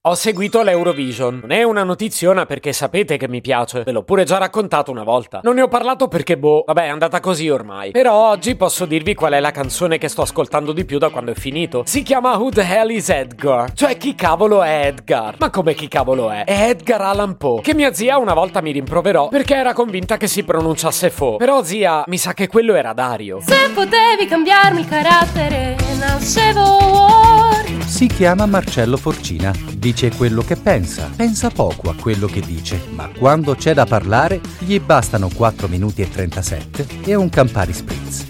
Ho seguito l'Eurovision. Non è una notiziona perché sapete che mi piace. Ve l'ho pure già raccontato una volta. Non ne ho parlato perché vabbè, è andata così ormai. Però oggi posso dirvi qual è la canzone che sto ascoltando di più da quando è finito. Si chiama Who the Hell is Edgar? Cioè, chi cavolo è Edgar? Ma come chi cavolo è? È Edgar Allan Poe, che mia zia una volta mi rimproverò perché era convinta che si pronunciasse Fo. Però zia, mi sa che quello era Dario. Se potevi cambiarmi il carattere, nascevo Ward. Si chiama Marcello Forcina. Dice quello che pensa poco a quello che dice, ma quando c'è da parlare gli bastano 4 minuti e 37 e un Campari Spritz.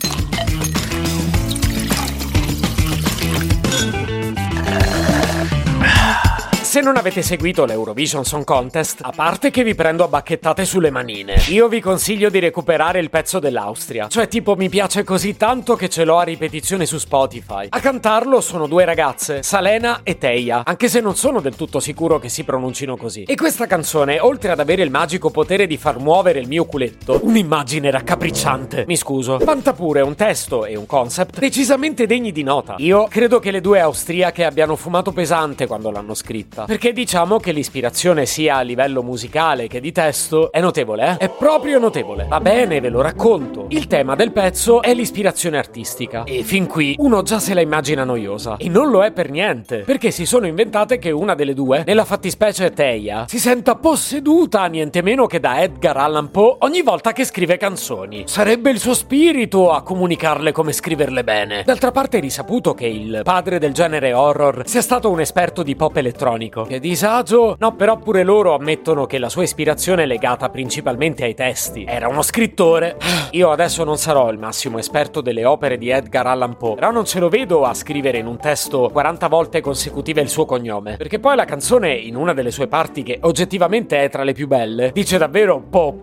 Se non avete seguito l'Eurovision Song Contest, a parte che vi prendo a bacchettate sulle manine, io vi consiglio di recuperare il pezzo dell'Austria. Cioè, tipo, mi piace così tanto che ce l'ho a ripetizione su Spotify. A cantarlo sono 2 ragazze, Salena e Teia, anche se non sono del tutto sicuro che si pronuncino così. E questa canzone, oltre ad avere il magico potere di far muovere il mio culetto, un'immagine raccapricciante, mi scuso, vanta pure un testo e un concept decisamente degni di nota. Io credo che le 2 austriache abbiano fumato pesante quando l'hanno scritta, perché diciamo che l'ispirazione sia a livello musicale che di testo è notevole, È proprio notevole. Va bene, ve lo racconto. Il tema del pezzo è l'ispirazione artistica. E fin qui uno già se la immagina noiosa. E non lo è per niente, perché si sono inventate che una delle 2, nella fattispecie Teia, si senta posseduta niente meno che da Edgar Allan Poe ogni volta che scrive canzoni. Sarebbe il suo spirito a comunicarle come scriverle bene. D'altra parte è risaputo che il padre del genere horror sia stato un esperto di pop elettronico. Che disagio! No, però pure loro ammettono che la sua ispirazione è legata principalmente ai testi. Era uno scrittore. Io adesso non sarò il massimo esperto delle opere di Edgar Allan Poe, però non ce lo vedo a scrivere in un testo 40 volte consecutive il suo cognome, perché poi la canzone, in una delle sue parti che oggettivamente è tra le più belle, dice davvero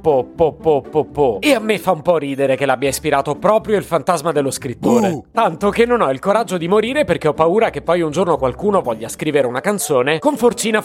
po. E a me fa un po' ridere che l'abbia ispirato proprio il fantasma dello scrittore. Tanto che non ho il coraggio di morire perché ho paura che poi un giorno qualcuno voglia scrivere una canzone con forcina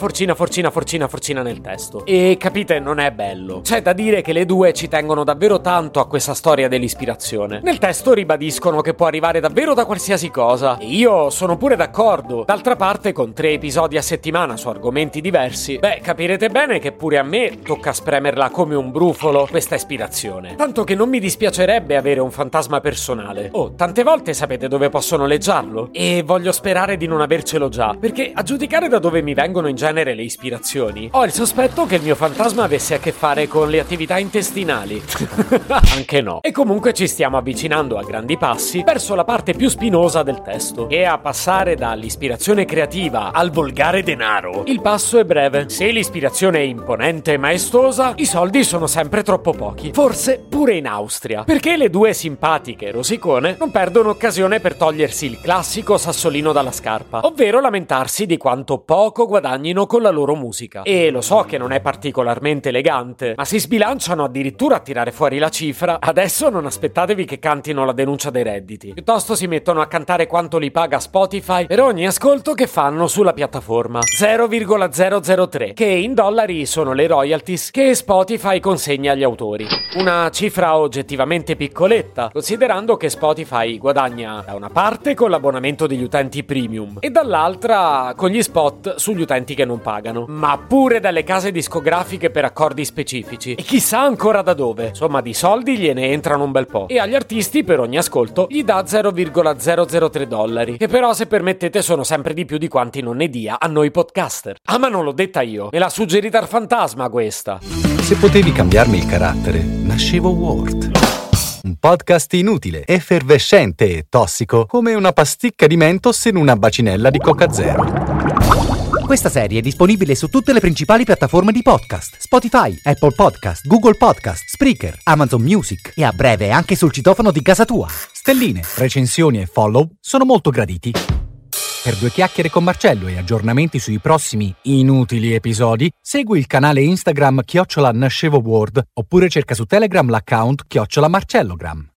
nel testo. E capite, non è bello. C'è da dire che le 2 ci tengono davvero tanto a questa storia dell'ispirazione. Nel testo ribadiscono che può arrivare davvero da qualsiasi cosa, e io sono pure d'accordo. D'altra parte, con 3 episodi a settimana su argomenti diversi, capirete bene che pure a me tocca spremerla come un brufolo questa ispirazione. Tanto che non mi dispiacerebbe avere un fantasma personale. Tante volte sapete dove posso noleggiarlo? E voglio sperare di non avercelo già, perché a giudicare da dove mi vengono in genere le ispirazioni, ho il sospetto che il mio fantasma avesse a che fare con le attività intestinali. Anche no. E comunque ci stiamo avvicinando a grandi passi verso la parte più spinosa del testo, e a passare dall'ispirazione creativa al volgare denaro il passo è breve. Se l'ispirazione è imponente e maestosa, i soldi sono sempre troppo pochi, forse pure in Austria, perché le 2 simpatiche rosicone non perdono occasione per togliersi il classico sassolino dalla scarpa, ovvero lamentarsi di quanto poco guadagnino con la loro musica. E lo so che non è particolarmente elegante, ma si sbilanciano addirittura a tirare fuori la cifra. Adesso non aspettatevi che cantino la denuncia dei redditi, piuttosto si mettono a cantare quanto li paga Spotify per ogni ascolto che fanno sulla piattaforma: 0,003, che in dollari sono le royalties che Spotify consegna agli autori. Una cifra oggettivamente piccoletta, considerando che Spotify guadagna da una parte con l'abbonamento degli utenti premium e dall'altra con gli spot sugli utenti che non pagano, ma pure dalle case discografiche per accordi specifici, e chissà ancora da dove. Insomma, di soldi gliene entrano un bel po', e agli artisti per ogni ascolto gli dà 0,003 dollari, che però, se permettete, sono sempre di più di quanti non ne dia a noi podcaster. Ah, ma non l'ho detta io, me l'ha suggerita il fantasma questa. Se potevi cambiarmi il carattere, nascevo Ward. Un podcast inutile, effervescente e tossico, come una pasticca di Mentos in una bacinella di Coca Zero. Questa serie è disponibile su tutte le principali piattaforme di podcast: Spotify, Apple Podcast, Google Podcast, Spreaker, Amazon Music e a breve anche sul citofono di casa tua. Stelline, recensioni e follow sono molto graditi. Per 2 chiacchiere con Marcello e aggiornamenti sui prossimi inutili episodi, segui il canale Instagram @NascevoWord oppure cerca su Telegram l'account @Marcellogram.